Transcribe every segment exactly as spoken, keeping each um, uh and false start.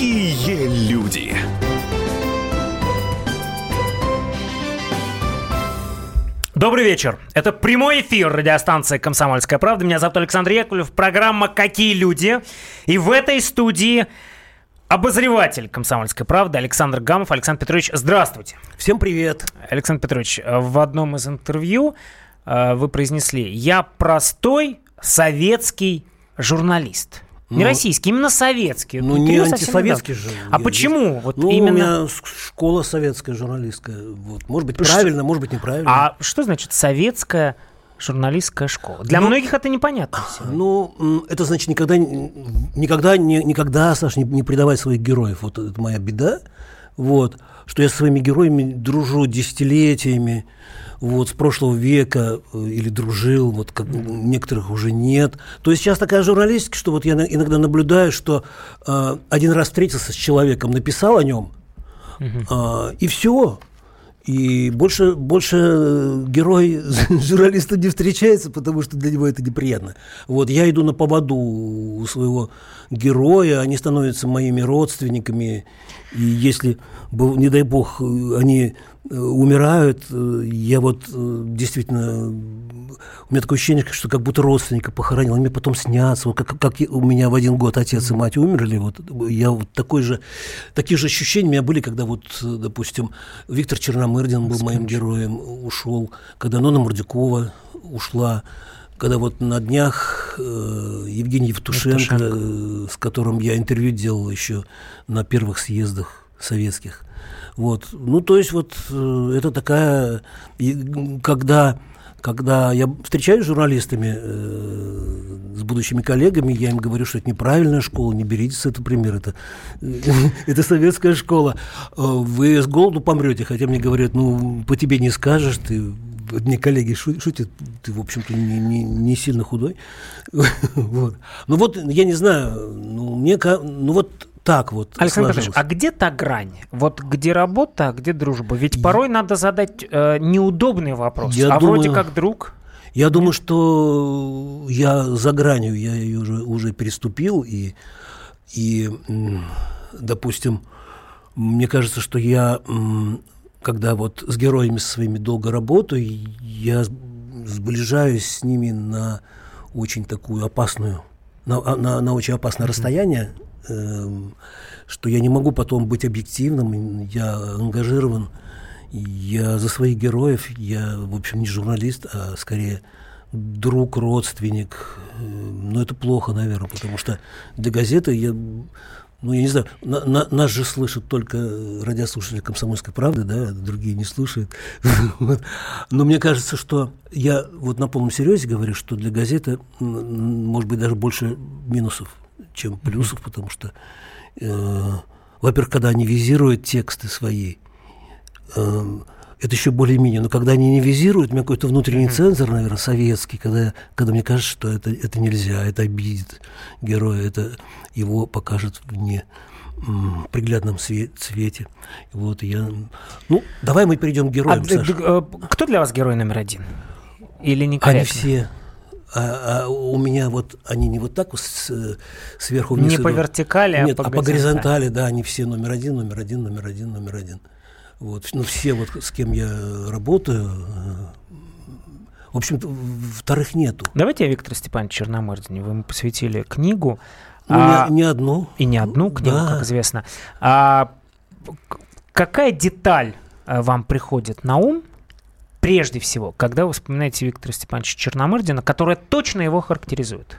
Какие люди! Добрый вечер. Это прямой эфир радиостанции «Комсомольская правда». Меня зовут Александр Яковлев. Программа «Какие люди?». И в этой студии обозреватель «Комсомольской правды» Александр Гамов. Александр Петрович, здравствуйте. Всем привет. Александр Петрович, в одном из интервью вы произнесли: «Я простой советский журналист». Не ну, российский, именно советский. Ну, не антисоветский же. А я, почему? Вот ну, именно... у меня школа советская журналистская. Вот. Может быть, правильно, что? Может быть, неправильно. А что значит советская журналистская школа? Для ну, многих это непонятно. Сегодня. Ну, это значит никогда, никогда, не, никогда, Саш, не, не предавать своих героев. Вот это моя беда. Вот. Что я со своими героями дружу десятилетиями. Вот, с прошлого века, или дружил, вот как некоторых уже нет. То есть сейчас такая журналистика, что вот я иногда наблюдаю, что э, один раз встретился с человеком, написал о нем, э, и все. И больше, больше герой журналиста не встречается, потому что для него это неприятно. Вот, я иду на поводу у своего героя, они становятся моими родственниками, и если, не дай бог, они умирают, я вот действительно, у меня такое ощущение, что как будто родственника похоронил, они мне потом снятся, вот как, как у меня в один год отец и мать умерли, вот я вот такой же, такие же ощущения у меня были, когда вот, допустим, Виктор Черномырдин был моим героем, ушел, когда Нонна Мордюкова ушла, когда вот на днях э, Евгений Евтушенко, Евтушенко. Э, с которым я интервью делал еще на первых съездах советских. Вот. Ну, то есть вот э, это такая... И, когда, когда я встречаюсь с журналистами, э, с будущими коллегами, я им говорю, что это неправильная школа, не берите с этого пример, это, это советская школа. Вы с голоду помрете, хотя мне говорят, ну, по тебе не скажешь, ты... Мне коллеги шутят, ты, в общем-то, не, не, не сильно худой. Вот. Ну вот, я не знаю, ну, мне, ну вот так вот. Александр Петрович, а где та грань? Вот где работа, а где дружба? Ведь порой я... надо задать э, неудобный вопрос, я а думаю, вроде как друг. Я Нет? думаю, что я за гранью, я ее уже, уже переступил, и, и, допустим, мне кажется, что я... Когда вот с героями своими долго работаю, я сближаюсь с ними на очень такую опасную, на, на, на очень опасное mm-hmm. расстояние, э, что я не могу потом быть объективным, я ангажирован, я за своих героев, я, в общем, не журналист, а скорее друг, родственник. Но это плохо, наверное, потому что для газеты я... Ну, я не знаю, на, на, нас же слышат только радиослушатели «Комсомольской правды», да, другие не слушают. Но мне кажется, что я вот на полном серьезе говорю, что для газеты, может быть, даже больше минусов, чем плюсов, потому что, э, во-первых, когда они визируют тексты свои, э, это еще более-менее. Но когда они не визируют, у меня какой-то внутренний цензор, наверное, советский, когда, когда мне кажется, что это, это нельзя, это обидит героя, это его покажет в не м, приглядном све- цвете. Вот я... Ну, давай мы перейдем к героям, а, Саша. д- д- кто для вас герой номер один? Или некорректно? Они все. А, а у меня вот, они не вот так вот с, сверху вниз. Не по вертикали, Нет, а по горизонтали. А по горизонтали, да, они все номер один, номер один, номер один, номер один. Вот, ну, все, вот, с кем я работаю, в общем-то, вторых нету. Давайте о Викторе Степановиче Черномырдине. Вы ему посвятили книгу. Ну, а... не, не одну. И не одну книгу, да. как известно. А какая деталь вам приходит на ум, прежде всего, когда вы вспоминаете Виктора Степановича Черномырдина, которая точно его характеризует?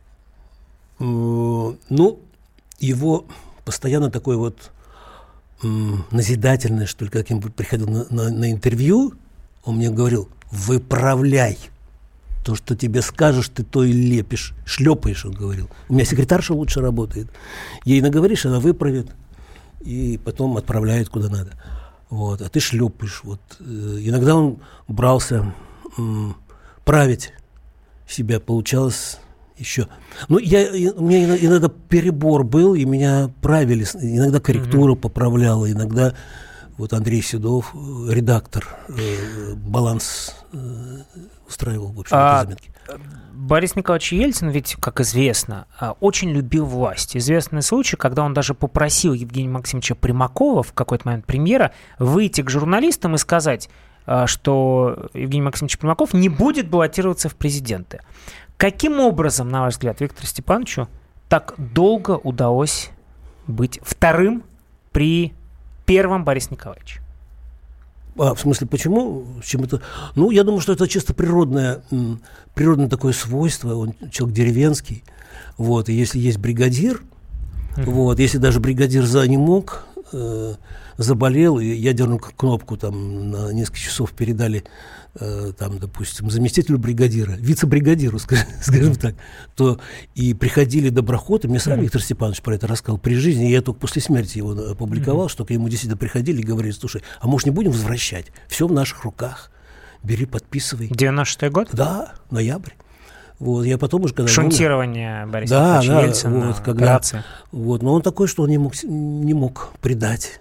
Ну, его постоянно такой вот назидательное, что ли, как я приходил на, на, на интервью, он мне говорил: выправляй. То, что тебе скажешь, ты то и лепишь, шлепаешь, он говорил. У меня секретарша лучше работает. Ей наговоришь, она выправит, и потом отправляет куда надо. Вот. А ты шлепаешь. Вот. Иногда он брался м, править себя, получалось еще. Ну, я, у меня иногда перебор был, и меня правили. Иногда корректура mm-hmm. поправляла, иногда вот Андрей Седов, редактор, э, баланс э, устраивал, в общем, а, заметки. Борис Николаевич Ельцин, ведь, как известно, очень любил власть. Известный случай, когда он даже попросил Евгения Максимовича Примакова, в какой-то момент премьера, выйти к журналистам и сказать, что Евгений Максимович Примаков не будет баллотироваться в президенты. Каким образом, на ваш взгляд, Виктору Степановичу так долго удалось быть вторым при первом Борисе Николаевиче? А, в смысле, почему? Чем это? Ну, я думаю, что это чисто природное, природное такое свойство. Он человек деревенский. Вот, и если есть бригадир, mm-hmm. вот, если даже бригадир за не мог, э, заболел, и ядерную кнопку там на несколько часов передали, э, там, допустим, заместителю бригадира, вице-бригадиру, скажем, скажем так, то и приходили доброходы, мне сам mm-hmm. Виктор Степанович про это рассказал при жизни, я только после смерти его опубликовал, mm-hmm. что к нему действительно приходили и говорили: слушай, а может, не будем возвращать? Все в наших руках, бери, подписывай. девяносто шестой год? Да, ноябрь. Вот, я потом уже, когда шунтирование умер, Бориса да, Николаевича да, Ельцина, вот, когда, операция. Вот, но он такой, что он не мог, не мог предать.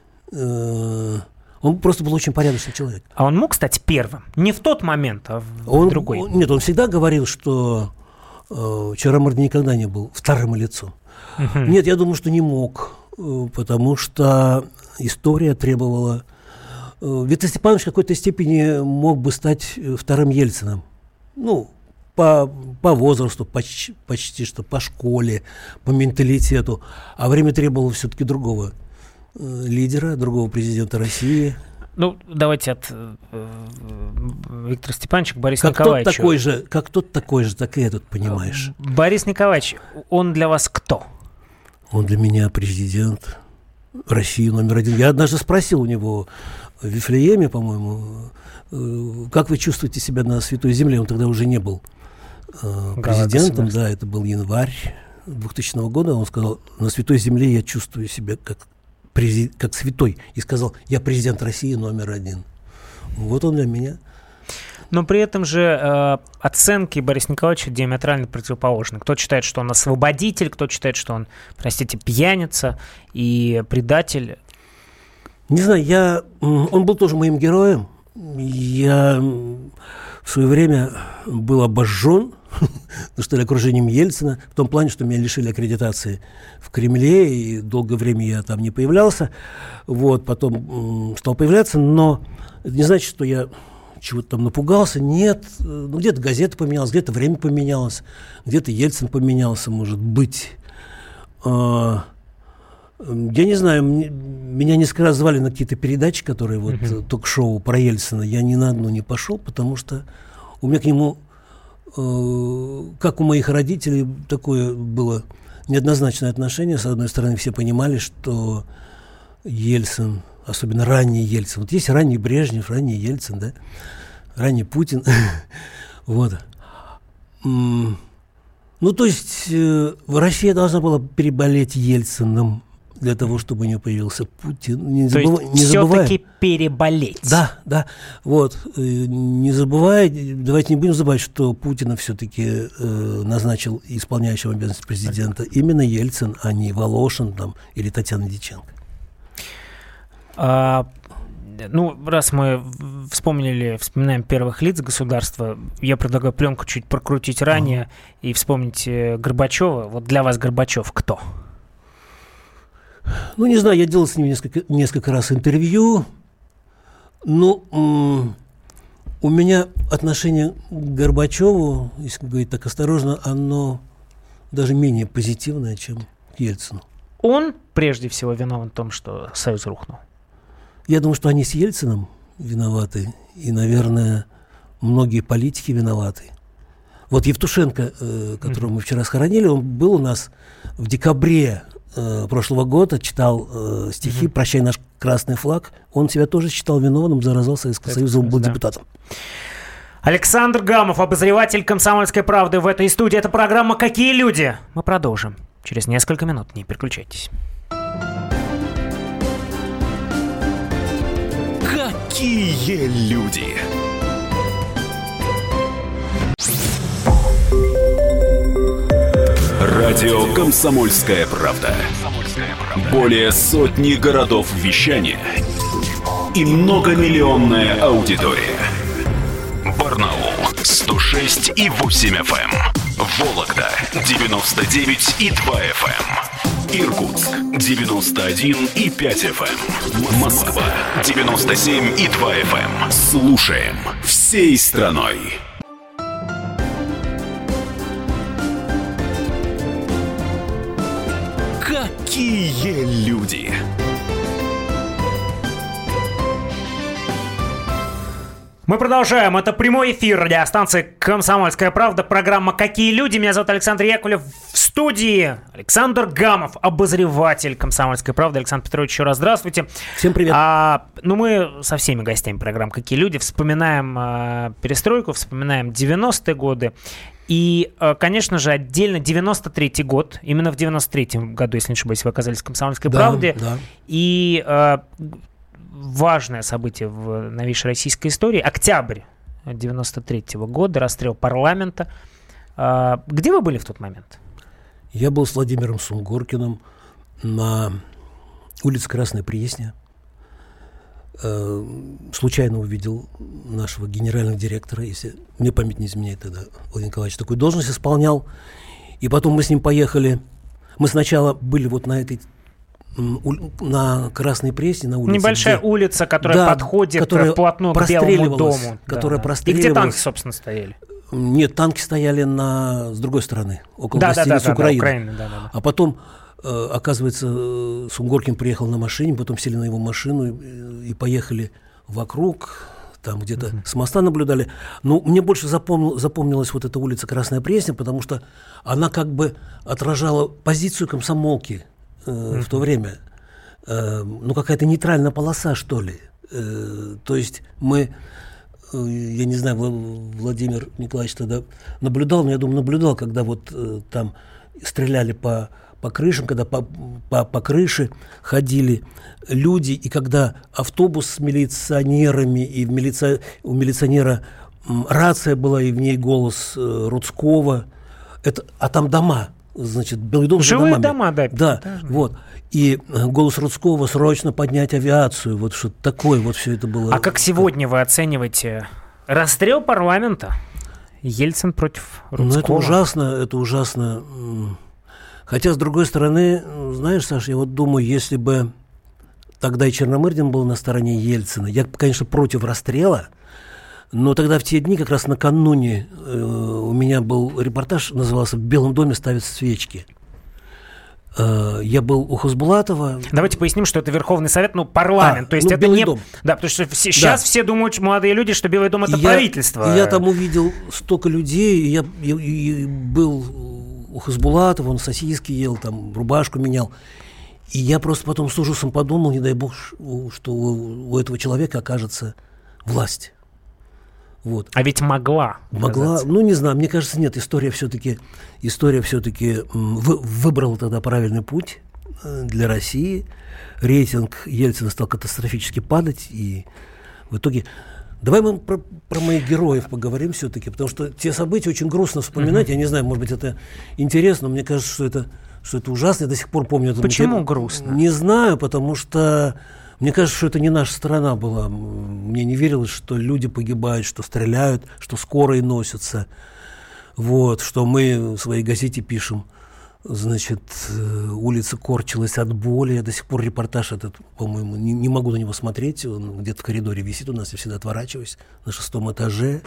Он просто был очень порядочный человек. А он мог стать первым? Не в тот момент, а в он, другой? Он, нет, он всегда говорил, что э, Черномырдин никогда не был вторым лицом. Uh-huh. Нет, я думаю, что не мог, э, потому что история требовала... Э, Виктор Степанович в какой-то степени мог бы стать вторым Ельциным. Ну, по, по возрасту, почти, почти что по школе, по менталитету. А время требовало все-таки другого лидера, другого президента России. Ну, давайте от э, Виктора Степановича к Борису как Николаевичу. Тот такой же, как тот такой же, так и этот, понимаешь. Борис Николаевич, он для вас кто? Он для меня президент России номер один. Я однажды спросил у него в Вифлееме, по-моему, э, как вы чувствуете себя на Святой Земле? Он тогда уже не был э, президентом, да, это был январь двухтысячного года. Он сказал: на Святой Земле я чувствую себя как Презид... как святой, и сказал: я президент России номер один. Вот он для меня. Но при этом же э, оценки Бориса Николаевича диаметрально противоположны. Кто-то считает, что он освободитель, кто-то считает, что он, простите, пьяница и предатель. Не знаю, я... он был тоже моим героем. Я в свое время был обожжен, ну что ли, окружением Ельцина, в том плане, что меня лишили аккредитации в Кремле, и долгое время я там не появлялся. Вот, потом м, стал появляться, но это не значит, что я чего-то там напугался. Нет, ну где-то газета поменялась, где-то время поменялось, где-то Ельцин поменялся, может быть. А, я не знаю, мне, меня несколько раз звали на какие-то передачи, которые вот uh-huh. ток-шоу про Ельцина. Я ни на одну не пошел, потому что у меня к нему... как у моих родителей, такое было неоднозначное отношение. С одной стороны, все понимали, что Ельцин, особенно ранний Ельцин, вот есть ранний Брежнев, ранний Ельцин, да, ранний Путин, вот. Ну, то есть Россия должна была переболеть Ельциным для того, чтобы у нее появился Путин. Не То забыв... есть не все-таки переболеть. Да, да. Вот. Не забывай, давайте не будем забывать, что Путина все-таки э, назначил исполняющим обязанности президента именно Ельцин, а не Волошин там, или Татьяна Дьяченко. А, ну, раз мы вспомнили, вспоминаем первых лиц государства, я предлагаю пленку чуть прокрутить ранее uh-huh. и вспомнить Горбачева. Вот для вас Горбачев кто? Ну, не знаю, я делал с ним несколько, несколько раз интервью. Ну, м- у меня отношение к Горбачеву, если говорить так осторожно, оно даже менее позитивное, чем к Ельцину. Он прежде всего виновен в том, что Союз рухнул? Я думаю, что они с Ельцином виноваты. И, наверное, многие политики виноваты. Вот Евтушенко, э, которого mm-hmm. мы вчера схоронили, он был у нас в декабре прошлого года, читал э, стихи mm-hmm. «Прощай, наш красный флаг». Он себя тоже считал виновным за развал Советского Союза, он был да. депутатом. Александр Гамов, обозреватель «Комсомольской правды» в этой студии. Это программа «Какие люди?». Мы продолжим через несколько минут. Не переключайтесь. Какие люди? Радио «Комсомольская правда». Более сотни городов вещания и многомиллионная аудитория. Барнаул сто шесть и восемь эф эм, Вологда девяносто девять и два эф эм. Иркутск девяносто один и пять эф эм. Москва девяносто семь и два эф эм. Слушаем всей страной. Какие люди! Мы продолжаем. Это прямой эфир радиостанции «Комсомольская правда». Программа «Какие люди?». Меня зовут Александр Яковлев. В студии Александр Гамов, обозреватель «Комсомольской правды». Александр Петрович, еще раз здравствуйте. Всем привет. А, ну, мы со всеми гостями программы «Какие люди?» вспоминаем а, перестройку, вспоминаем девяностые годы. И, конечно же, отдельно девяносто третий год. Именно в девяносто третьем году, если не ошибаюсь, вы оказались в «Комсомольской да, правде». Да. И а, важное событие в новейшей российской истории. Октябрь девяносто третьего года, расстрел парламента. А, где вы были в тот момент? Я был с Владимиром Сунгоркиным на улице Красной Пресни. Э, случайно увидел нашего генерального директора, если мне память не изменяет тогда, Владимир Николаевич такую должность исполнял. И потом мы с ним поехали. Мы сначала были вот на этой на Красной Пресне, на улице. Небольшая где, улица, которая да, подходит которая вплотную к Белому дому. Которая да, простреливалась. И где танки, собственно, стояли? Нет, танки стояли на, с другой стороны, около да, гостиницы да, да, Украины. Да, Украины да, да, да. А потом, э, оказывается, Сунгоркин приехал на машине, потом сели на его машину и, и поехали вокруг, там где-то uh-huh. с моста наблюдали. Но мне больше запомнил, запомнилась вот эта улица Красная Пресня, потому что она как бы отражала позицию комсомолки э, uh-huh. в то время. Э, ну, какая-то нейтральная полоса, что ли. Э, то есть мы... Я не знаю, Владимир Николаевич тогда наблюдал, но я думаю, наблюдал, когда вот э, там стреляли по, по крышам, когда по, по, по крыше ходили люди, и когда автобус с милиционерами, и в милиция, у милиционера м, рация была, и в ней голос э, Рудского, это, а там дома, значит, Белый дом с домами. Живые дома, да. Да, вот. И голос Рудского «Срочно поднять авиацию». Вот что-то такое, вот все это было. А как сегодня вы оцениваете расстрел парламента? Ельцин против Рудского? Ну, это ужасно, это ужасно. Хотя, с другой стороны, знаешь, Саша, я вот думаю, если бы тогда и Черномырдин был на стороне Ельцина, я, конечно, против расстрела, но тогда в те дни, как раз накануне, э, у меня был репортаж, назывался «В Белом доме ставят свечки». Я был у Хасбулатова. Давайте поясним, что это Верховный Совет, ну, парламент. А, то есть ну, это Белый не... дом. Да, потому что все, сейчас да. все думают, молодые люди, что Белый дом — это и правительство. Я, я там увидел столько людей, и я и, и был у Хасбулатова, он сосиски ел, там рубашку менял. И я просто потом с ужасом подумал, не дай бог, что у, у этого человека окажется власть. Вот. А ведь могла. Могла, оказаться. Ну не знаю, мне кажется, нет, история все-таки, история все-таки вы, выбрала тогда правильный путь для России. Рейтинг Ельцина стал катастрофически падать, и в итоге... Давай мы про, про моих героев поговорим все-таки, потому что те события очень грустно вспоминать. Mm-hmm. Я не знаю, может быть, это интересно, но мне кажется, что это, что это ужасно. Я до сих пор помню это. Почему я, грустно? Не знаю, потому что... Мне кажется, что это не наша страна была. Мне не верилось, что люди погибают, что стреляют, что скорые носятся. Вот, что мы в своей газете пишем, значит, улица корчилась от боли. Я до сих пор репортаж этот, по-моему, не, не могу на него смотреть. Он где-то в коридоре висит у нас, я всегда отворачиваюсь на шестом этаже.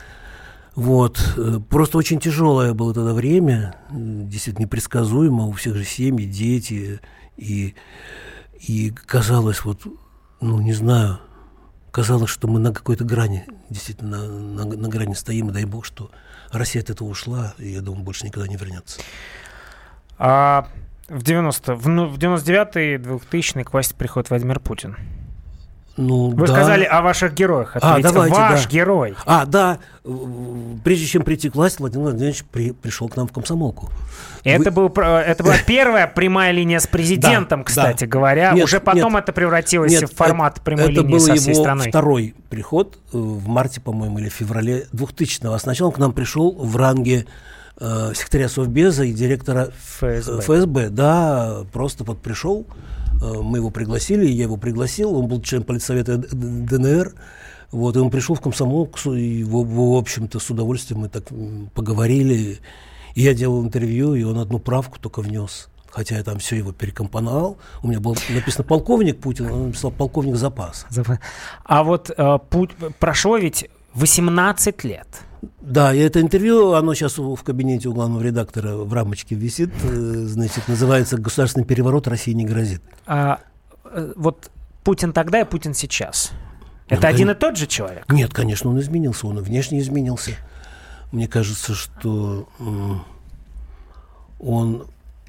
Вот. Просто очень тяжелое было тогда время, действительно непредсказуемо. У всех же семьи, дети и... И казалось, вот, ну, не знаю, казалось, что мы на какой-то грани, действительно, на, на, на грани стоим, и дай бог, что Россия от этого ушла, и, я думаю, больше никогда не вернется. А в девяностые, в, в девяносто девятые, двухтысячные к власти приходит Владимир Путин. Ну, Вы да. сказали о ваших героях. А, давайте, ваш да. герой. А, да. Прежде чем прийти к власти, Владимир Владимирович при, пришел к нам в комсомолку. Это, Вы... был, это была первая прямая линия с президентом, да, кстати да. говоря. Нет, Уже потом нет, это превратилось нет, в формат это, прямой это линии со всей страной. Это был его второй приход в марте, по-моему, или в феврале двухтысячного. А сначала он к нам пришел в ранге э, секретаря Совбеза и директора ФСБ. ФСБ. Да, просто вот пришел. Мы его пригласили, я его пригласил, он был членом политсовета ДНР, вот, и он пришел в комсомолку, и, в, в общем-то, с удовольствием мы так поговорили, И я делал интервью, и он одну правку только внес. Хотя я там все его перекомпоновал. У меня было написано полковник Путин, он написал полковник запаса. А вот э, путь, прошло ведь восемнадцать лет. Да, и это интервью, оно сейчас в кабинете у главного редактора в рамочке висит. Значит, называется «Государственный переворот России не грозит». А, вот Путин тогда и Путин сейчас. Это ну, один кон... и тот же человек? Нет, конечно, он изменился, он внешне изменился. Мне кажется, что он...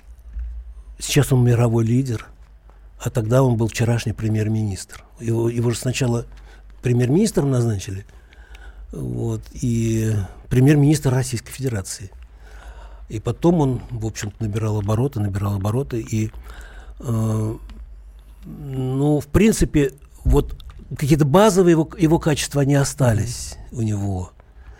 Сейчас он мировой лидер, а тогда он был вчерашний премьер-министр. Его, его же сначала премьер-министром назначили, вот, и премьер-министр Российской Федерации. И потом он, в общем-то, набирал обороты, набирал обороты. И, э, ну, в принципе, вот какие-то базовые его, его качества не остались у него,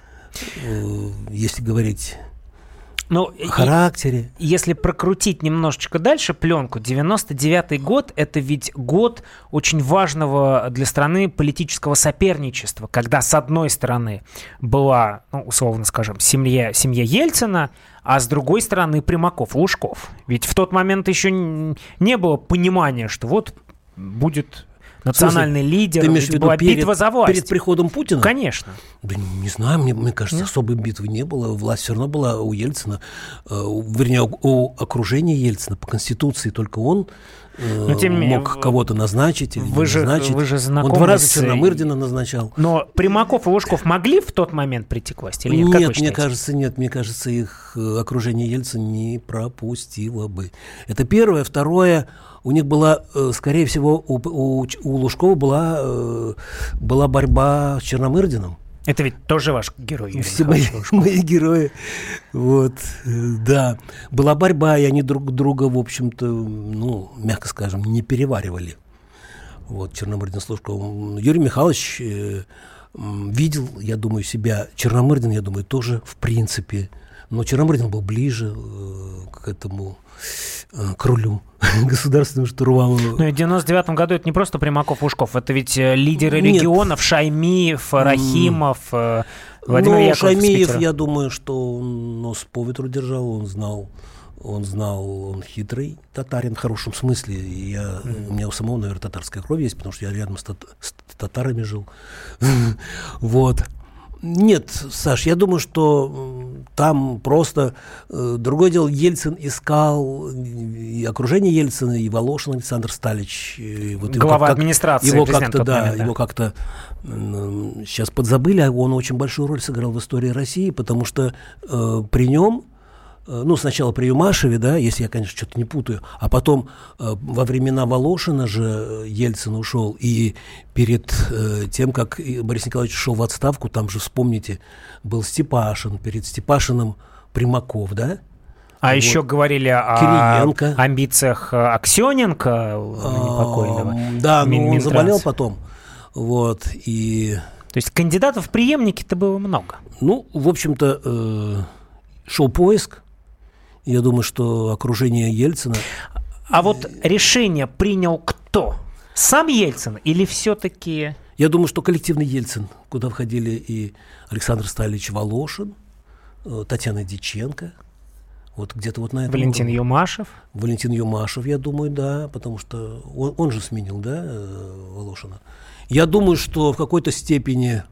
э, если говорить... Ну, о характере. Если прокрутить немножечко дальше пленку, девяносто девятый год – это ведь год очень важного для страны политического соперничества, когда с одной стороны была, ну, условно скажем, семья, семья Ельцина, а с другой стороны Примаков, Лужков. Ведь в тот момент еще не было понимания, что вот будет... национальный Слушай, лидер, ты имеешь в виду была перед, битва за власть. Перед приходом Путина? Конечно. Да не знаю, мне, мне кажется, Нет? особой битвы не было. Власть все равно была у Ельцина, э, вернее, у, у окружения Ельцина. По Конституции только он э, Но, тем не менее, мог кого-то назначить или вы не же, назначить. Вы же знакомы он два раза с... Черномырдина назначал. Но Примаков и Лужков могли в тот момент прийти к власти? Или нет, нет, как вы мне кажется, нет. Мне кажется, их э, окружение Ельцина не пропустило бы. Это первое. Второе... У них была, скорее всего, у, у, у Лужкова была, была борьба с Черномырдиным. Это ведь тоже ваш герой, Юрий Все мои, мои герои. Вот, да. Была борьба, и они друг друга, в общем-то, ну, мягко скажем, не переваривали. Вот, Черномырдин с Лужковым. Юрий Михайлович э, видел, я думаю, себя. Черномырдин, я думаю, тоже, в принципе. Но Черномырдин был ближе э, к этому... к рулю государственного штурвала. Ну и в девяносто девятом году это не просто Примаков, Лужков, это ведь лидеры Нет. регионов, Шаймиев, Рахимов, mm. Владимир ну, Яковлев. Шаймиев, я думаю, что он нос по ветру держал, он знал, он знал, он хитрый татарин в хорошем смысле. И я, mm. у меня у самого, наверное, татарская кровь есть, потому что я рядом с, тат- с татарами жил. Вот. Нет, Саш, я думаю, что там просто э, другое дело, Ельцин искал и окружение Ельцина, и Волошин Александр Сталич. И вот глава как, администрации. Его как-то, да, момент, да. его как-то э, сейчас подзабыли, а он очень большую роль сыграл в истории России, потому что э, при нем, э, ну, сначала при Юмашеве, да, если я, конечно, что-то не путаю, а потом э, во времена Волошина же Ельцин ушел, и перед э, тем, как Борис Николаевич ушел в отставку, там же, вспомните, был Степашин, перед Степашиным Примаков, да? А вот. Еще говорили о Кириенко. амбициях Аксененко, непокойного. А, да, но он заболел потом. Вот, и... То есть кандидатов в преемники-то было много? Ну, в общем-то, э, шел поиск. Я думаю, что окружение Ельцина... А вот решение принял кто? Сам Ельцин или все-таки... Я думаю, что коллективный Ельцин, куда входили и Александр Сталич Волошин, Татьяна Дьяченко, вот где-то вот на этом... Валентин уровне. Юмашев. Валентин Юмашев, я думаю, да, потому что он, он же сменил, да, Волошина. Я думаю, что в какой-то степени,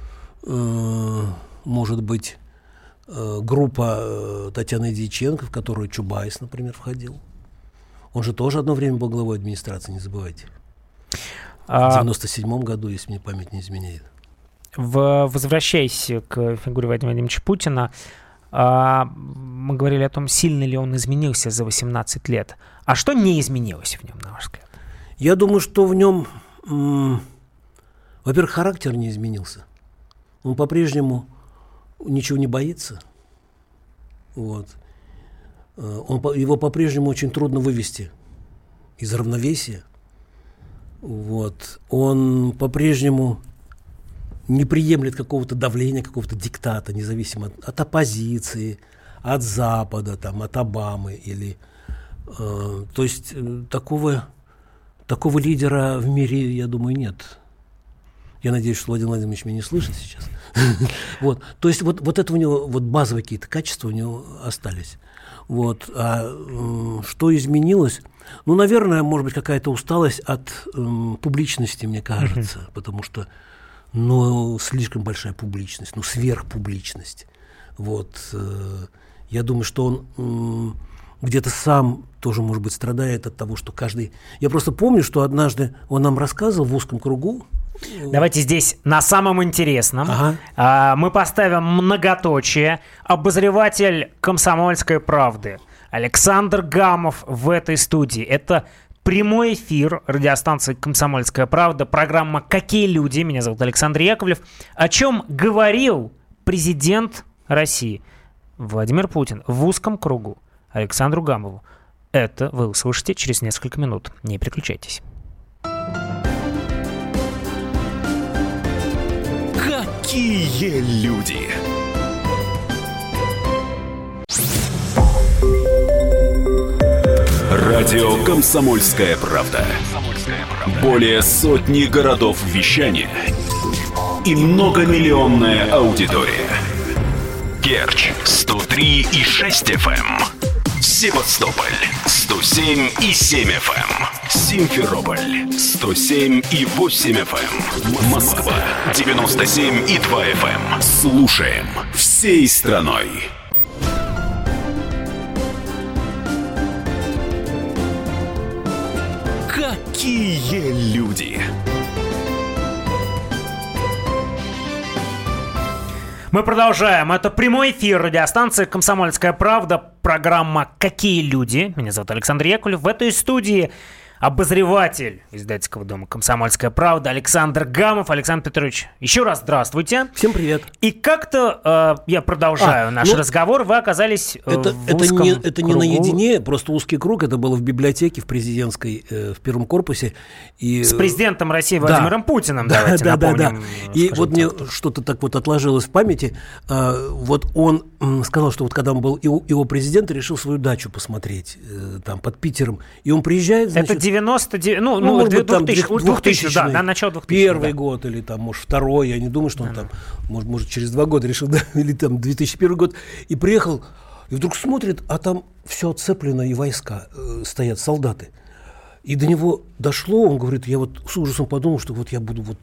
э, может быть, э, группа э, Татьяны Дьяченко, в которую Чубайс, например, входил. Он же тоже одно время был главой администрации, не забывайте. В девяносто седьмом году, если мне память не изменяет. В, возвращаясь к фигуре Владимира Владимировича Путина, а, мы говорили о том, сильно ли он изменился за восемнадцать лет. А что не изменилось в нем, на ваш взгляд? Я думаю, что в нем, м- во-первых, характер не изменился. Он по-прежнему ничего не боится. Вот. Он, его по-прежнему очень трудно вывести из равновесия. Вот. Он по-прежнему не приемлет какого-то давления, какого-то диктата, независимо от, от оппозиции, от Запада, там, от Обамы. Или, э, то есть э, такого, такого лидера в мире, я думаю, нет. Я надеюсь, что Владимир Владимирович меня не слышит сейчас. Вот. То есть вот, вот это у него, вот базовые какие-то качества у него остались. Вот. А что изменилось? Ну, наверное, может быть, какая-то усталость от эм, публичности, мне кажется, uh-huh. потому что, ну, слишком большая публичность, ну, сверхпубличность. Вот. Э, я думаю, что он м, где-то сам тоже, может быть, страдает от того, что каждый... Я просто помню, что однажды он нам рассказывал в узком кругу. Давайте здесь на самом интересном ага. а, мы поставим многоточие. Обозреватель «Комсомольской правды» Александр Гамов в этой студии. Это прямой эфир радиостанции «Комсомольская правда», программа «Какие люди?». Меня зовут Александр Яковлев. О чем говорил президент России Владимир Путин в узком кругу Александру Гамову. Это вы услышите через несколько минут. Не переключайтесь. Какие люди? Радио «Комсомольская правда». Более сотни городов вещания и многомиллионная аудитория. Керчь сто три и шесть эф эм, Севастополь сто семь и семь эф эм, Симферополь сто семь и восемь эф эм, Москва девяносто семь и два эф эм. Слушаем всей страной. Какие люди? Мы продолжаем. Это прямой эфир радиостанции «Комсомольская правда», программа «Какие люди?». Меня зовут Александр Яковлев. В этой студии обозреватель издательского дома «Комсомольская правда» Александр Гамов. Александр Петрович, еще раз здравствуйте. Всем привет. И как-то э, я продолжаю а, наш ну, разговор. Вы оказались э, это, в это узком не, Это кругу. Не наедине, просто узкий круг. Это было в библиотеке в президентской, э, в первом корпусе. И, с президентом России Владимиром да, Путиным, да, давайте да, напомним. Да, да. И вот мне что-то так вот отложилось в памяти. Э, вот он э, сказал, что вот когда он был его, его президент, решил свою дачу посмотреть э, там под Питером. И он приезжает, значит... Это девяносто девять... Ну, Ну, ну двухтысячный, да, да, начало двухтысячных. Первый да. год или там, может, второй, я не думаю, что он да. там, может, может, через два года решил, да, или там две тысячи первый год, и приехал, и вдруг смотрит, а там все отцеплено, и войска э, стоят, солдаты. И до него дошло, он говорит, я вот с ужасом подумал, что вот я буду вот,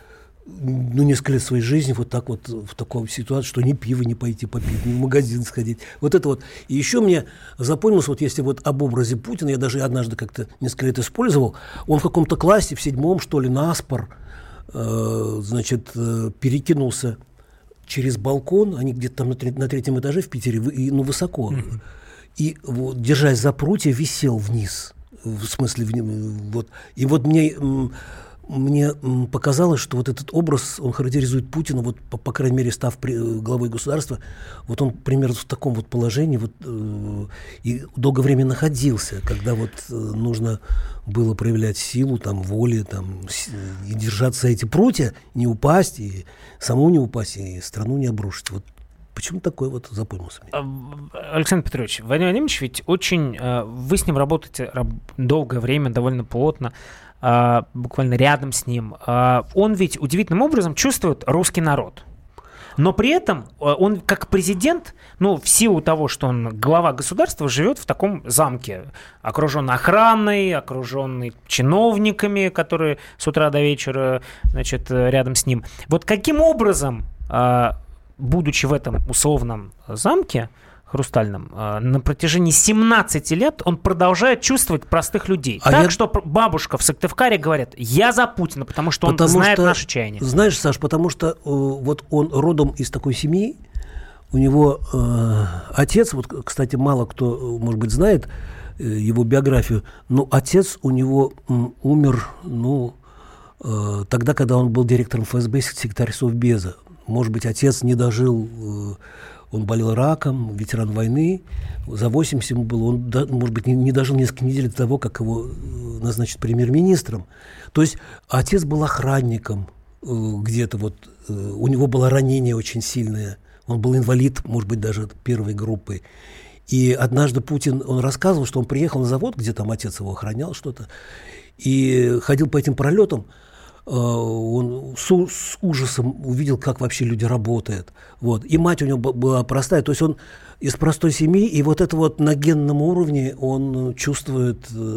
ну, несколько лет своей жизни вот так вот в такой ситуации, что ни пиво не пойти попить, ни в магазин сходить. Вот это вот. И еще мне запомнилось, вот если вот об образе Путина, я даже однажды как-то несколько лет использовал, он в каком-то классе, в седьмом, что ли, наспор, э, значит, э, перекинулся через балкон, они где-то там на, треть, на третьем этаже в Питере, и, ну, высоко, mm-hmm. и, вот, держась за прутья, висел вниз, в смысле, вот. И вот мне... Мне показалось, что вот этот образ, он характеризует Путина, вот, по, по крайней мере, став при, главой государства, вот он примерно в таком вот положении вот, э, и долгое время находился, когда вот э, нужно было проявлять силу, там, воли, там, и держаться за эти прутья, не упасть, и самому не упасть, и страну не обрушить. Вот почему такой вот запомнился мне? Александр Петрович, Владимир Владимирович ведь очень... Вы с ним работаете долгое время, довольно плотно, буквально рядом с ним. Он ведь удивительным образом чувствует русский народ. Но при этом он как президент, ну, в силу того, что он глава государства, живет в таком замке, окруженный охраной, окруженный чиновниками, которые с утра до вечера, значит, рядом с ним. Вот каким образом, будучи в этом условном замке хрустальном, на протяжении семнадцати лет он продолжает чувствовать простых людей. А так, я... что бабушка в Сыктывкаре говорит, я за Путина, потому что он потому знает что, наше чаяние. Знаешь, Саш, потому что э, вот он родом из такой семьи, у него э, отец, вот, кстати, мало кто, может быть, знает э, его биографию, но отец у него э, умер, ну, э, тогда, когда он был директором эф эс бэ, секретарь Совбеза. Может быть, отец не дожил... Э, Он болел раком, ветеран войны, за восемьдесят ему было, он, может быть, не дожил несколько недель до того, как его назначат премьер-министром. То есть отец был охранником где-то, вот, у него было ранение очень сильное, он был инвалид, может быть, даже первой группы. И однажды Путин, он рассказывал, что он приехал на завод, где там отец его охранял что-то, и ходил по этим пролетам, он с, с ужасом увидел, как вообще люди работают. Вот. И мать у него была простая, то есть он из простой семьи, и вот это вот на генном уровне он чувствует.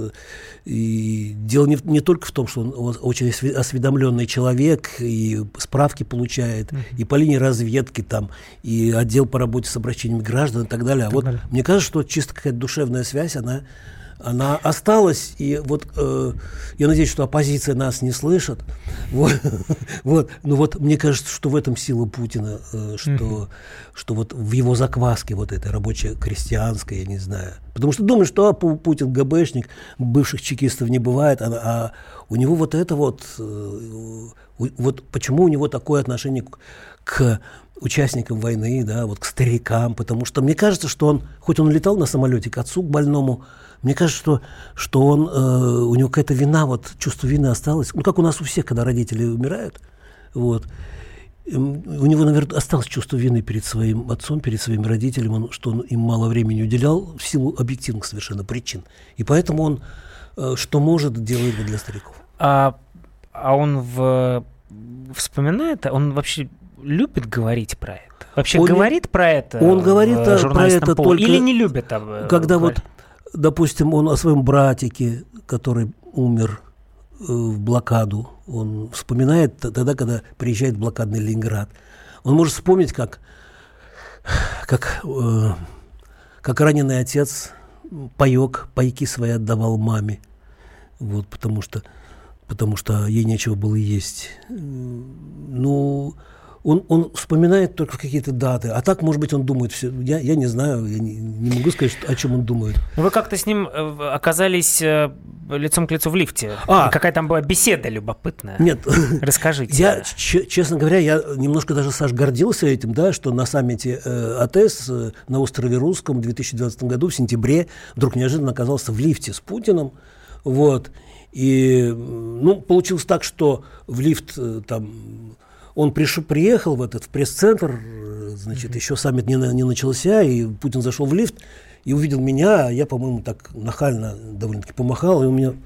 И дело не, не только в том, что он очень осведомленный человек, и справки получает, mm-hmm. и по линии разведки, там, и отдел по работе с обращениями граждан и так далее. А вот далее. Мне кажется, что чисто какая-то душевная связь, она... Она осталась, и вот э, я надеюсь, что оппозиция нас не слышит. Вот, вот. Но вот мне кажется, что в этом сила Путина, э, что, mm-hmm. что вот в его закваске вот этой рабоче-крестьянской, я не знаю. Потому что думаю, что а, Путин ГБшник, бывших чекистов не бывает, а, а у него вот это вот, э, вот почему у него такое отношение к, к участникам войны, да, вот к старикам, потому что мне кажется, что он, хоть он летал на самолете к отцу, к больному, мне кажется, что, что он, э, у него какая-то вина, вот чувство вины осталось. Ну, как у нас у всех, когда родители умирают. Вот. У него, наверное, осталось чувство вины перед своим отцом, перед своими родителями, он, что он им мало времени уделял в силу объективных совершенно причин. И поэтому он, э, что может, делает для стариков. А, а он в, вспоминает, он вообще любит говорить про это? Вообще он говорит не, про это? Он говорит про это Пол? только... Или не любит? Когда вот... Допустим, он о своем братике, который умер э, в блокаду, он вспоминает тогда, когда приезжает в блокадный Ленинград. Он может вспомнить, как, как, э, как раненый отец паёк, пайки свои отдавал маме, вот, потому что, потому что ей нечего было есть. Ну... Он, он вспоминает только какие-то даты. А так, может быть, он думает все. Я, я не знаю, я не, не могу сказать, что, о чем он думает. Вы как-то с ним оказались лицом к лицу в лифте. А, какая там была беседа любопытная. Нет. Расскажите. Я, ч- честно говоря, я немножко даже, Саш, гордился этим, да, что на саммите э, АТЭС э, на острове Русском в две тысячи двадцатом году, в сентябре, вдруг неожиданно оказался в лифте с Путиным. Вот. И, ну, получилось так, что в лифт э, там... Он приш... приехал в этот в пресс-центр, значит, mm-hmm. еще саммит не, не начался, и Путин зашел в лифт и увидел меня, а я, по-моему, так нахально довольно-таки помахал, и у меня,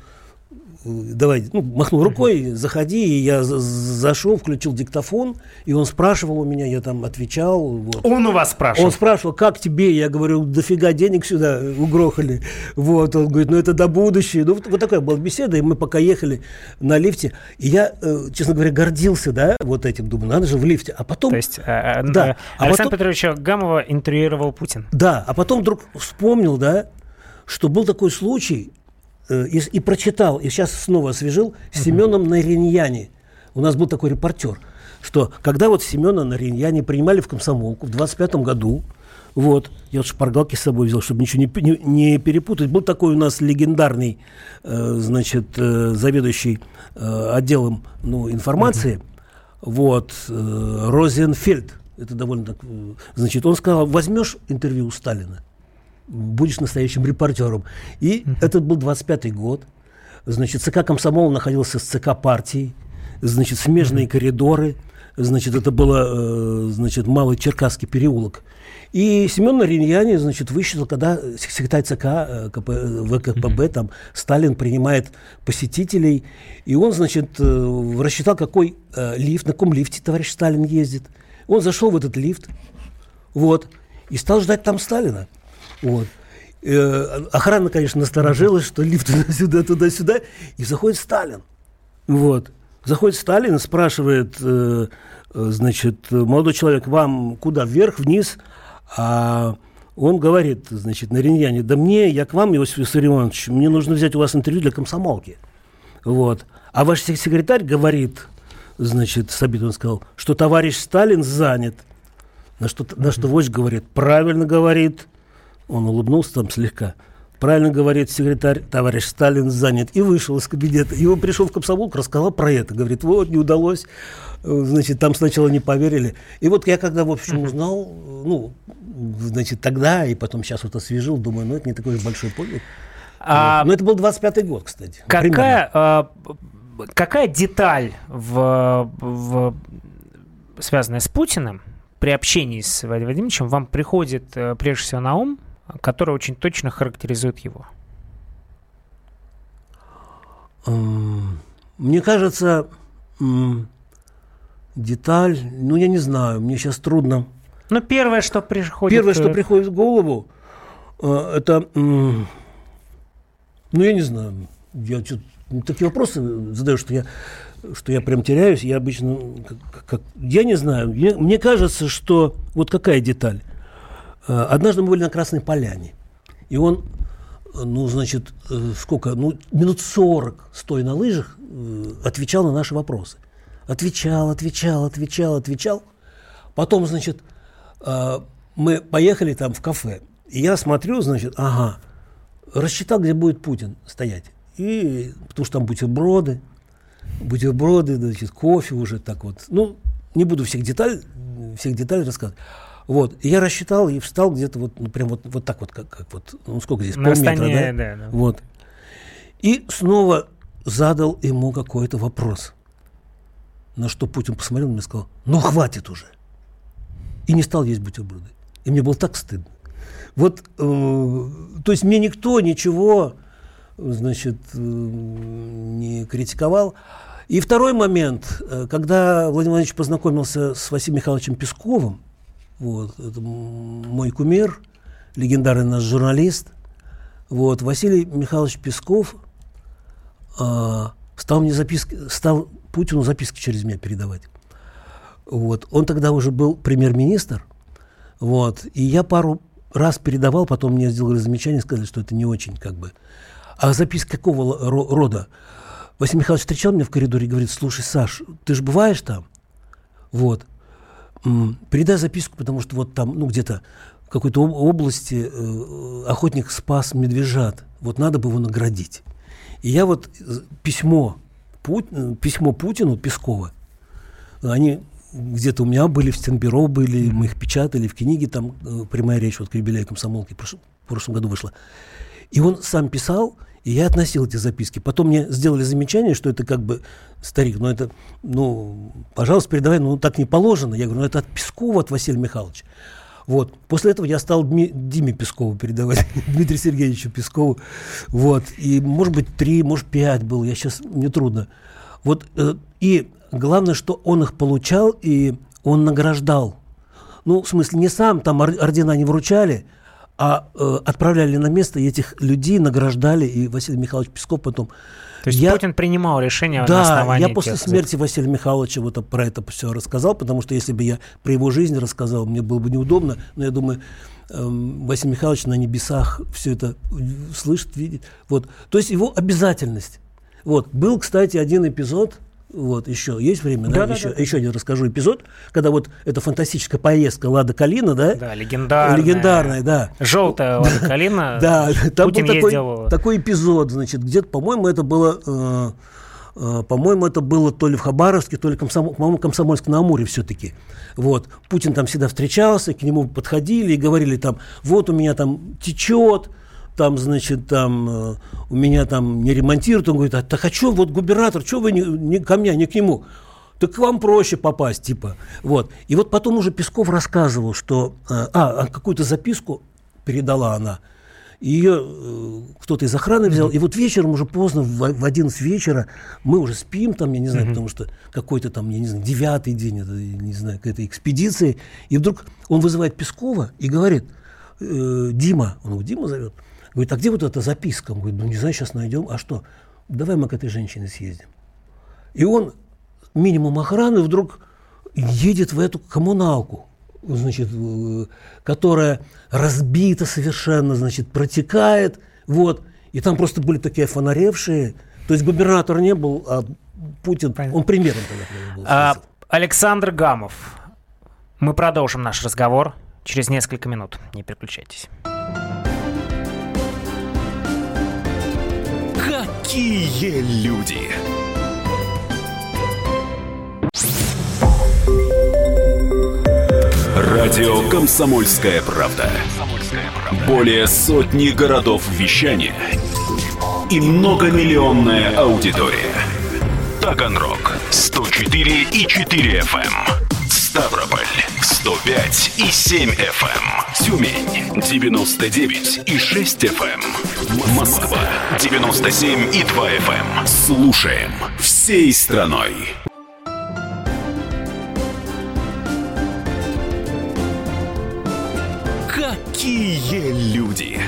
давай, ну, махнул рукой, mm-hmm. заходи, и я за- зашел, включил диктофон, и он спрашивал у меня, я там отвечал. Вот. Он у вас спрашивал? Он спрашивал, как тебе? Я говорю, дофига денег сюда угрохали. Вот, он говорит, ну это до будущего. Ну вот, вот такая была беседа, и мы пока ехали на лифте, и я, э, честно говоря, гордился, да, вот этим, думаю, надо же в лифте. А потом... То есть э, да, э, а Александра потом, Петровича Гамова интервьюировал Путин. Да, а потом вдруг вспомнил, да, что был такой случай, И, и прочитал, и сейчас снова освежил, с Семеном Нариньяни. У нас был такой репортер, что когда вот Семена Нариньяни принимали в комсомолку в двадцать пятом году, вот, я вот шпаргалки с собой взял, чтобы ничего не, не, не перепутать, был такой у нас легендарный, э, значит, э, заведующий э, отделом, ну, информации, uh-huh. вот, э, Розенфельд, это довольно, э, значит, он сказал, возьмешь интервью у Сталина, будешь настоящим репортером. И uh-huh. это был двадцать пятый год. Значит, ЦК комсомола находился с ЦК партии. Значит, смежные uh-huh. коридоры. Значит, это было, значит, Малый Черкасский переулок. И Семен Нариньяни, значит, высчитал, когда секретарь ЦК КП, ВКПБ, uh-huh. там, Сталин принимает посетителей. И он, значит, рассчитал, какой лифт, на каком лифте товарищ Сталин ездит. Он зашел в этот лифт. Вот. И стал ждать там Сталина. Вот. Э, охрана, конечно, насторожилась, что лифт туда-сюда, туда-сюда, и заходит Сталин. Вот. Заходит Сталин и спрашивает, э, значит, молодой человек, вам куда, вверх, вниз? А он говорит, значит, Нариньяни, да мне, я к вам, Иосиф Виссарионович, мне нужно взять у вас интервью для комсомолки. Вот. А ваш секретарь говорит, значит, Сабит, он сказал, что товарищ Сталин занят. На что, на что вождь говорит, правильно говорит. Он улыбнулся там слегка. Правильно говорит секретарь, товарищ Сталин занят. И вышел из кабинета. И он пришел в комсомолку, рассказал про это. Говорит, вот, не удалось. Значит, там сначала не поверили. И вот я когда, в общем, узнал, ну, значит, тогда, и потом сейчас вот освежил, думаю, ну, это не такой уж большой подвиг. А, но это был двадцать пятый год, кстати. Какая, а, какая деталь, в, в, связанная с Путиным, при общении с Владимиром Владимировичем, вам приходит прежде всего на ум, который очень точно характеризует его? Мне кажется, м- деталь, ну, я не знаю, мне сейчас трудно. Ну, первое, что приходит... Первое, что приходит в голову, э- это, м- ну, я не знаю, я что-то, такие вопросы задаю, что я, что я прям теряюсь, я обычно, как, как, я не знаю, мне, мне кажется, что, вот какая деталь. Э- однажды мы были на Красной Поляне, и он... Ну, значит, э, сколько, ну, минут сорок, стоя на лыжах, э, отвечал на наши вопросы. Отвечал, отвечал, отвечал, отвечал. Потом, значит, э, мы поехали там в кафе. И я смотрю, значит, ага, рассчитал, где будет Путин стоять. И, потому что там бутерброды, бутерброды, значит, кофе уже так вот. Ну, не буду всех деталей, всех деталей рассказывать. Вот, и я рассчитал и встал где-то вот, ну, прям вот, вот так вот, как, как вот, ну, сколько здесь, на полметра, стане, да? Да, да. Вот. И снова задал ему какой-то вопрос. На что Путин посмотрел на меня и сказал, ну, хватит уже. И не стал есть бутерброды. И мне было так стыдно. Вот, э, то есть мне никто ничего, значит, э, не критиковал. И второй момент, когда Владимир Владимирович познакомился с Василием Михайловичем Песковым, вот, это мой кумир, легендарный наш журналист. Вот, Василий Михайлович Песков э, стал мне записки, стал Путину записки через меня передавать. Вот, он тогда уже был премьер-министр. Вот, и я пару раз передавал, потом мне сделали замечание, сказали, что это не очень как бы. А записки какого рода? Василий Михайлович встречал меня в коридоре и говорит, слушай, Саш, ты же бываешь там? Вот. Передай записку, потому что вот там, ну, где-то в какой-то области э, охотник спас медвежат. Вот надо бы его наградить. И я вот письмо, Пу, письмо Путину, Пескова, они где-то у меня были, в Стенбюро были, мы их печатали, в книге там э, прямая речь, вот к юбилею комсомолки в прошлом, в прошлом году вышла. И он сам писал, и я относил эти записки. Потом мне сделали замечание, что это как бы старик, но это, ну, пожалуйста, передавай, ну, так не положено. Я говорю, ну, это от Пескова, от Василия Михайловича. Вот. После этого я стал Дми, Диме Пескову передавать, Дмитрию Сергеевичу Пескову. Вот. И, может быть, три, может, пять было, я сейчас, мне трудно. Вот. Э, и главное, что он их получал, и он награждал. Ну, в смысле, не сам, там ордена не вручали, а э, отправляли на место, и этих людей награждали, и Василий Михайлович Песков потом... То есть я, Путин принимал решение да, на основании... Да, я после смерти Василия Михайловича вот про это все рассказал, потому что если бы я про его жизнь рассказал, мне было бы неудобно, но я думаю, э, Василий Михайлович на небесах все это слышит, видит. Вот. То есть его обязательность. Вот. Был, кстати, один эпизод... Вот, еще есть время, да? Да, еще, да, да. еще один расскажу эпизод, когда вот эта фантастическая поездка Лада Калина, да? Да, легендарная. Легендарная, да. Желтая Лада Калина. Да, там был такой, такой эпизод, значит, где-то, по-моему, это было, э, э, по-моему, это было то ли в Хабаровске, то ли комсомол, по-моему, Комсомольск-на-Амуре все-таки. Вот, Путин там всегда встречался, к нему подходили и говорили там, вот у меня там течет, там, значит, там э, у меня там не ремонтируют. Он говорит, а так а что, вот губернатор, что вы не, не ко мне, не к нему? Так к вам проще попасть, типа. Вот. И вот потом уже Песков рассказывал, что... Э, а, какую-то записку передала она. Ее э, кто-то из охраны взял. Mm-hmm. И вот вечером, уже поздно, в, в одиннадцать вечера, мы уже спим там, я не знаю, mm-hmm. потому что какой-то там, я не знаю, девятый день, это, не знаю, какой-то экспедиции. И вдруг он вызывает Пескова и говорит, э, Дима, он его Дима зовет, говорит, а где вот эта записка? Он говорит, ну не знаю, сейчас найдем. А что? Давай мы к этой женщине съездим. И он, минимум охраны, вдруг едет в эту коммуналку, значит, которая разбита совершенно, значит, протекает. Вот. И там просто были такие офонаревшие. То есть губернатор не был, а Путин, понятно. Он премьером тогда был. А, Александр Гамов. Мы продолжим наш разговор через несколько минут. Не переключайтесь. Какие люди! Радио «Комсомольская правда». Более сотни городов вещания и многомиллионная аудитория. Таганрог сто четыре и четыре эф эм, Ставрополь сто пять и семь эф эм, Тюмень девяносто девять и шесть эф эм, Москва девяносто семь и два эф эм. Слушаем всей страной. студии.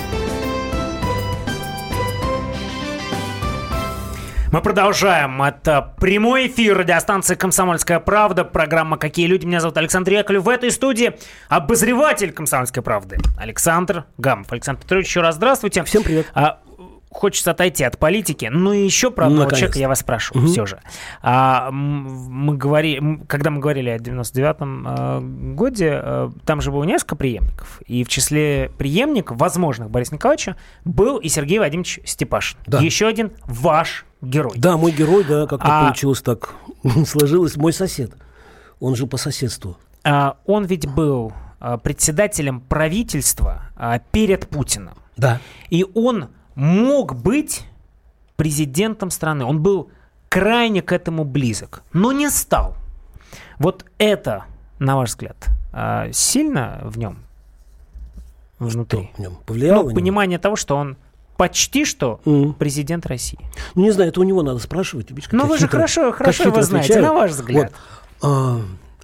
Мы продолжаем. Это прямой эфир радиостанции «Комсомольская правда». Программа «Какие люди?». Меня зовут Александр Яковлев. В этой студии обозреватель «Комсомольской правды» Александр Гамов. Александр Петрович, еще раз здравствуйте. Всем привет. А, хочется отойти от политики. Ну и еще про одного Наконец-то. человека я вас спрашиваю угу. все же. А, мы говори, когда мы говорили о девяносто девятом а, годе, а, там же было несколько преемников. И в числе преемников, возможных Бориса Николаевича, был и Сергей Вадимович Степашин. Да. Еще один ваш герой. Да, мой герой, да, как-то а... получилось так. Сложилось. Мой сосед. Он жил по соседству. А, он ведь был а, председателем правительства а, перед Путиным. Да. И он мог быть президентом страны. Он был крайне к этому близок, но не стал. Вот это, на ваш взгляд, а, сильно в нем внутри? Что в нем повлияло? Ну, понимание того, что он почти что mm. президент России. Ну, не знаю, это у него надо спрашивать. Видишь, ну, вы же хитро, хорошо, хорошо его знаете, отвечаю. На ваш взгляд. Вот. А,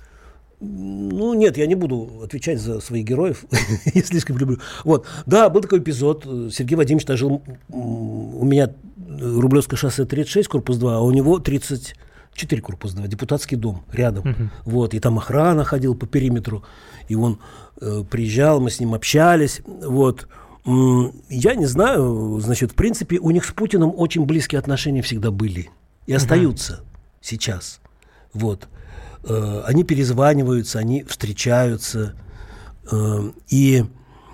ну, нет, я не буду отвечать за своих героев. Я слишком люблю. Вот. Да, был такой эпизод. Сергей Вадимович жил у меня Рублевское шоссе тридцать шесть, корпус два, а у него тридцать четыре, корпус два, депутатский дом рядом. Uh-huh. Вот. И там охрана ходила по периметру. И он э, приезжал, мы с ним общались. Вот. Я не знаю, значит, в принципе, у них с Путиным очень близкие отношения всегда были и остаются uh-huh. сейчас. Вот. Э, они перезваниваются, они встречаются. Э, и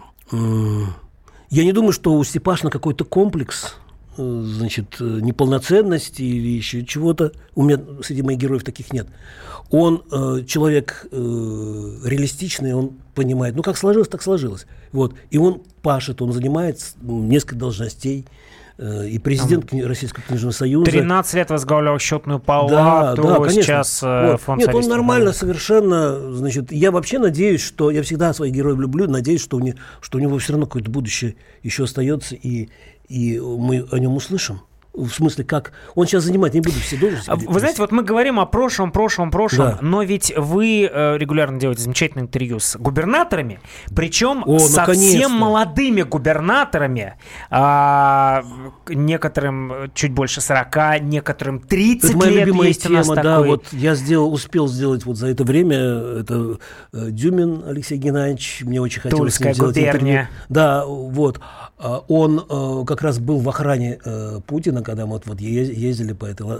э, я не думаю, что у Степашина какой-то комплекс, э, значит, неполноценности или еще чего-то. У меня среди моих героев таких нет. Он э, человек э, реалистичный, он понимает, ну, как сложилось, так сложилось. Вот. И он пашет, он занимает несколько должностей. Э, и президент Там Российского книжного союза. тринадцать лет возглавлял счетную палату, да, да, сейчас э, вот. фонд Нет, он нормально Банка. совершенно. Значит, я вообще надеюсь, что... Я всегда своих героев люблю, надеюсь, что у, не, что у него все равно какое-то будущее еще остается, и, и мы о нем услышим. В смысле, как он сейчас занимает, не буду все должности. Вы знаете, вот мы говорим о прошлом, прошлом, прошлом, да. но ведь вы э, регулярно делаете замечательные интервью с губернаторами, причем О, совсем наконец-то. молодыми губернаторами, а, некоторым чуть больше сорока, некоторым тридцать это моя лет любимая есть тема, у нас да, такой. вот я сделал, успел сделать вот за это время, это э, Дюмин Алексей Геннадьевич, мне очень хотелось Тульская с ним сделать интервью. губерния. Да, вот. Он э, как раз был в охране э, Путина, когда мы вот, вот ездили по этой,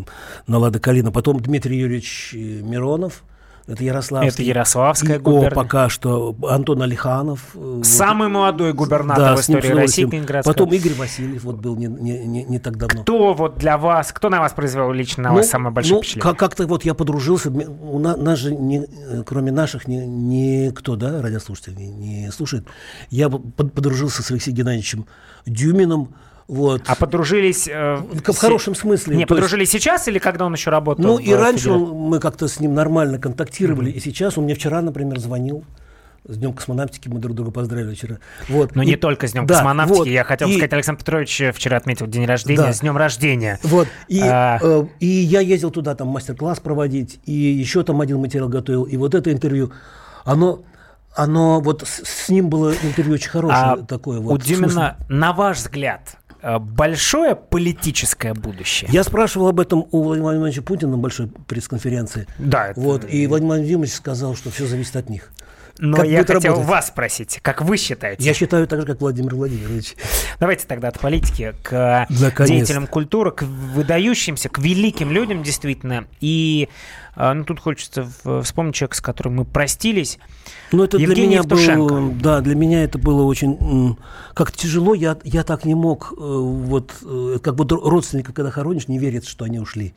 на Лада Калина. Потом Дмитрий Юрьевич Миронов, это Ярославский. Это Ярославская и, губерния. О, пока что Антон Алиханов. Самый вот. молодой губернатор да, в истории России, Калининградского. Потом Игорь Васильев вот был не, не, не, не так давно. Кто вот для вас, кто на вас произвел лично на ну, вас самое большое ну, впечатление? Как- как-то вот я подружился, у нас, нас же, не, кроме наших, ни, никто, да, радиослушателей не, не слушает. Я под, подружился с Алексеем Геннадьевичем Дюминым. Вот. А подружились... Э, в с... хорошем смысле. Не, То подружились есть... сейчас или когда он еще работал? Ну, в, и раньше Федерации? он, мы как-то с ним нормально контактировали, Mm-hmm. и сейчас он мне вчера, например, звонил. С Днем космонавтики мы друг друга поздравили вчера. Вот. Но и... не только с Днем да, космонавтики. Вот. Я хотел и... сказать, Александр Петрович вчера отметил день рождения. Да. С Днем рождения. Вот. И, а... э, и я ездил туда там мастер-класс проводить, и еще там один материал готовил. И вот это интервью, оно... Оно вот с, с ним было интервью очень хорошее а такое. Вот, у Дюмина, на ваш взгляд, большое политическое будущее? Я спрашивал об этом у Владимира Владимировича Путина на большой пресс-конференции. Да. Это... Вот, и Владимир Владимирович сказал, что все зависит от них. Но как я хотел работать? вас спросить, как вы считаете? Я считаю так же, как Владимир Владимирович. Давайте тогда от политики к Наконец-то. деятелям культуры, к выдающимся, к великим людям, действительно. И ну, тут хочется вспомнить человека, с которым мы простились. Ну, это Евгений для меня Евтушенко. было, да, для меня это было очень как-то тяжело. Я, я так не мог, вот, как бы родственников, когда хоронишь, не верят, что они ушли.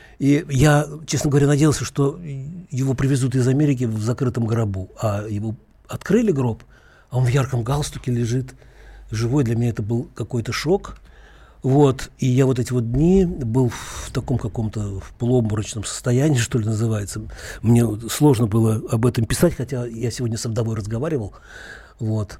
И я, честно говоря, надеялся, что его привезут из Америки в закрытом гробу. А его открыли гроб, а он в ярком галстуке лежит, живой. Для меня это был какой-то шок. Вот. И я вот эти вот дни был в таком каком-то в полуобморочном состоянии, что ли, называется. Мне сложно было об этом писать, хотя я сегодня со вдовой разговаривал. Вот.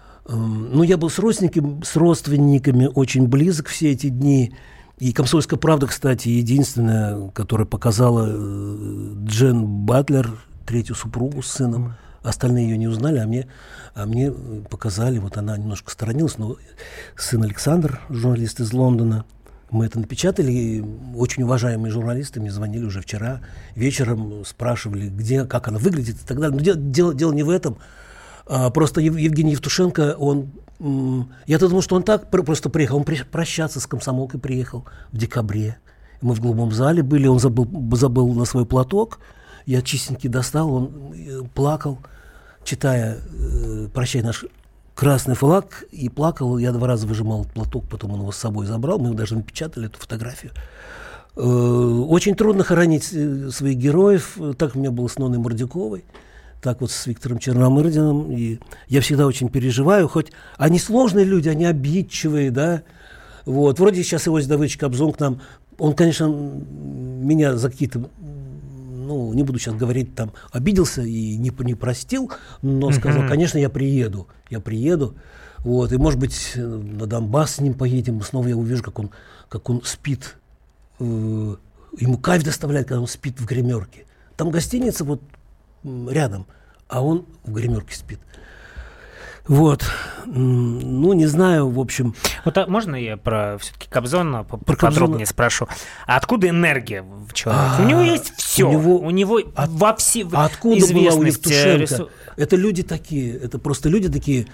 Ну, я был с родственниками, с родственниками очень близок все эти дни. И «Комсомольская правда», кстати, единственная, которая показала Джен Батлер, третью супругу с сыном. остальные ее не узнали, а мне, а мне показали, вот она немножко сторонилась, но сын Александр, журналист из Лондона, мы это напечатали, и очень уважаемые журналисты мне звонили уже вчера вечером, спрашивали, где, как она выглядит и так далее. Но дело, дело, дело не в этом. А, просто Ев, Евгений Евтушенко, он... М- я-то думал, что он так пр- просто приехал. Он при- прощаться с комсомолкой приехал в декабре. Мы в голубом зале были, он забыл, забыл на свой платок. Я чистенький достал, он э, плакал, читая э, «Прощай, наш красный флаг», и плакал. Я два раза выжимал платок, потом он его с собой забрал. Мы даже напечатали эту фотографию. Э, очень трудно хоронить своих героев. Так у меня было с Ноной Мордюковой, так вот с Виктором Черномырдиным. И я всегда очень переживаю, хоть они сложные люди, они обидчивые, да. Вот. Вроде сейчас Иосиф Давыдович Кобзон к нам, он, конечно, меня за какие-то, ну, не буду сейчас говорить, там, обиделся и не, не простил, но сказал, mm-hmm. конечно, я приеду, я приеду, вот, и, может быть, на Донбасс с ним поедем, снова я увижу, как он, как он спит, э, ему кайф доставляет, когда он спит в гримерке. Там гостиница вот рядом, а он в гримерке спит. Вот, ну, не знаю, в общем... Вот а можно я про все-таки Кобзона поподробнее спрошу? А откуда энергия в человеке? А, у него есть все. У него, у него от, во все а откуда была у Евтушенко? Рису... Это люди такие, это просто люди такие...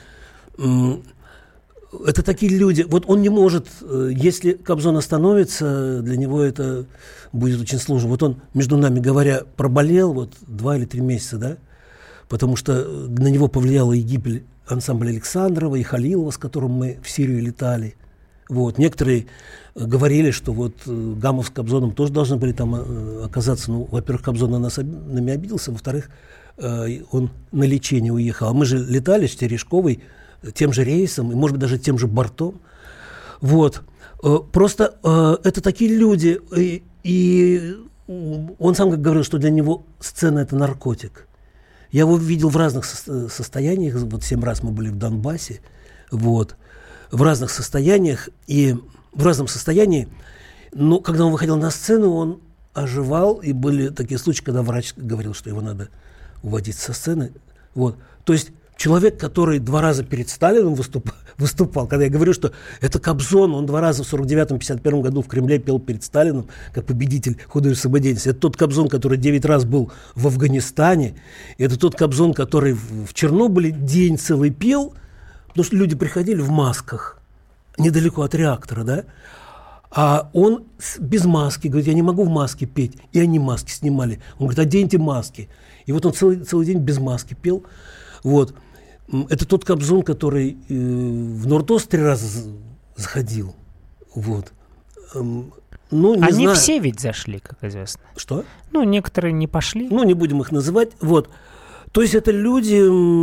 Это такие люди... Вот он не может... Если Кобзон остановится, для него это будет очень сложно. Вот он, между нами говоря, проболел вот два или три месяца, да? Потому что на него повлияла и гибель ансамбля Александрова и Халилова, с которым мы в Сирию летали. Вот. Некоторые говорили, что вот Гамов с Кобзоном тоже должны были там оказаться. Ну, во-первых, Кобзон на нас нами обиделся, во-вторых, он на лечение уехал. А мы же летали с Терешковой тем же рейсом, и, может быть, даже тем же бортом. Вот. Просто это такие люди, и, и он сам как говорил, что для него сцена – это наркотик. Я его видел в разных со- состояниях, вот семь раз мы были в Донбассе, вот, в разных состояниях, и в разном состоянии, но когда он выходил на сцену, он оживал, и были такие случаи, когда врач говорил, что его надо уводить со сцены, вот, то есть человек, который два раза перед Сталиным выступ, выступал, когда я говорю, что это Кобзон, он два раза в сорок девятом — пятьдесят первом году в Кремле пел перед Сталиным, как победитель художественной деятельности. Это тот Кобзон, который девять раз был в Афганистане. Это тот Кобзон, который в, в Чернобыле день целый пел, потому что люди приходили в масках, недалеко от реактора, да? А он без маски, говорит, я не могу в маске петь. И они маски снимали. Он говорит, оденьте маски. И вот он целый, целый день без маски пел. Вот. Это тот Кобзон, который э, в Нордост три раза заходил. Вот. Эм, ну, не Они знаю. все ведь зашли, как известно. Что? Ну, некоторые не пошли. Ну, не будем их называть. Вот. То есть это люди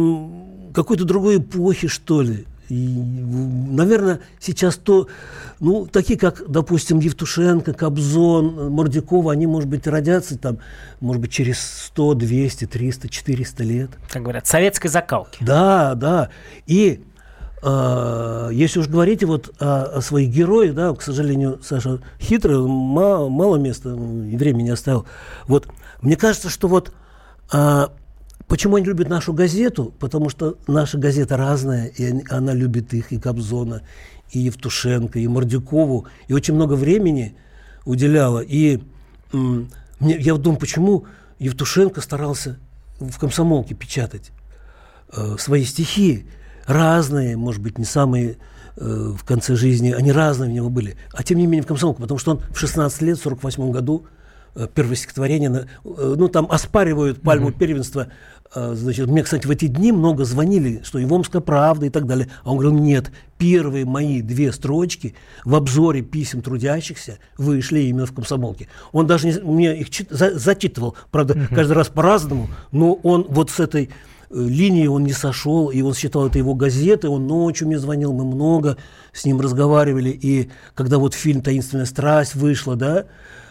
м, какой-то другой эпохи, что ли. И, наверное, сейчас то, ну, такие, как, допустим, Евтушенко, Кобзон, Мордюкова, они, может быть, родятся там, может быть, через сто, двести, триста, четыреста лет. Как говорят, советской закалки. Да, да. И э, если уж говорите вот о, о своих героях, да, к сожалению, Саша хитрый, мало, мало места и времени не оставил. Вот, мне кажется, что вот... Э, Почему они любят нашу газету? Потому что наша газета разная, и они, она любит их, и Кобзона, и Евтушенко, и Мордюкову, и очень много времени уделяла. И м, мне, я думаю, почему Евтушенко старался в «Комсомолке» печатать э, свои стихи. Разные, может быть, не самые э, в конце жизни, они разные у него были. А тем не менее в «Комсомолке», потому что он в шестнадцать лет, в сорок восьмом году, э, первое стихотворение, э, ну, там оспаривают пальму mm-hmm. первенства. Значит, мне, кстати, в эти дни много звонили, что и в «Омская правда» и так далее. А он говорил, нет, первые мои две строчки в обзоре писем трудящихся вышли именно в «Комсомолке». Он даже не, мне их чит, за, зачитывал, правда, uh-huh. каждый раз по-разному, но он вот с этой э, линии он не сошел, и он считал это его газеты, он ночью мне звонил, мы много с ним разговаривали, и когда вот фильм «Таинственная страсть» вышла, да,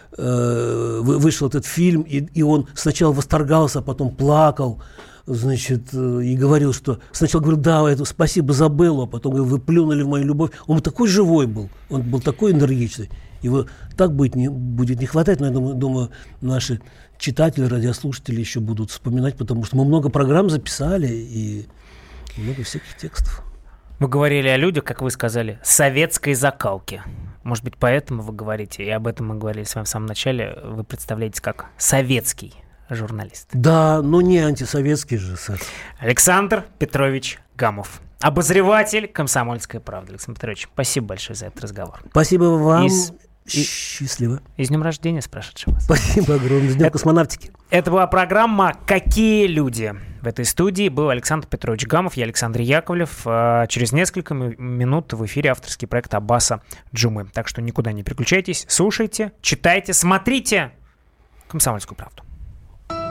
э, вышел этот фильм, и, и он сначала восторгался, а потом плакал, значит, и говорил, что... Сначала говорил, да, это, спасибо за Беллу, а потом говорил, вы плюнули в мою любовь. Он такой живой был, он был такой энергичный. Его так будет не, будет не хватать, но я думаю, думаю, наши читатели, радиослушатели еще будут вспоминать, потому что мы много программ записали и много всяких текстов. Вы говорили о людях, как вы сказали, советской закалки. Может быть, поэтому вы говорите, и об этом мы говорили с вами в самом начале, вы представляете как советский журналист. Да, но не антисоветский же, Саш. Александр Петрович Гамов, обозреватель «Комсомольской правды». Александр Петрович, спасибо большое за этот разговор. Спасибо вам. Из... Счастливо. И с днем рождения, с прошедшим вас. Спасибо огромное. С днем это, космонавтики. Это была программа «Какие люди?». В этой студии был Александр Петрович Гамов, я Александр Яковлев. Через несколько минут в эфире авторский проект Аббаса Джумы. Так что никуда не переключайтесь, слушайте, читайте, смотрите «Комсомольскую правду».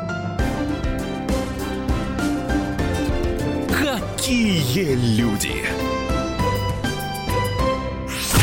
Какие люди!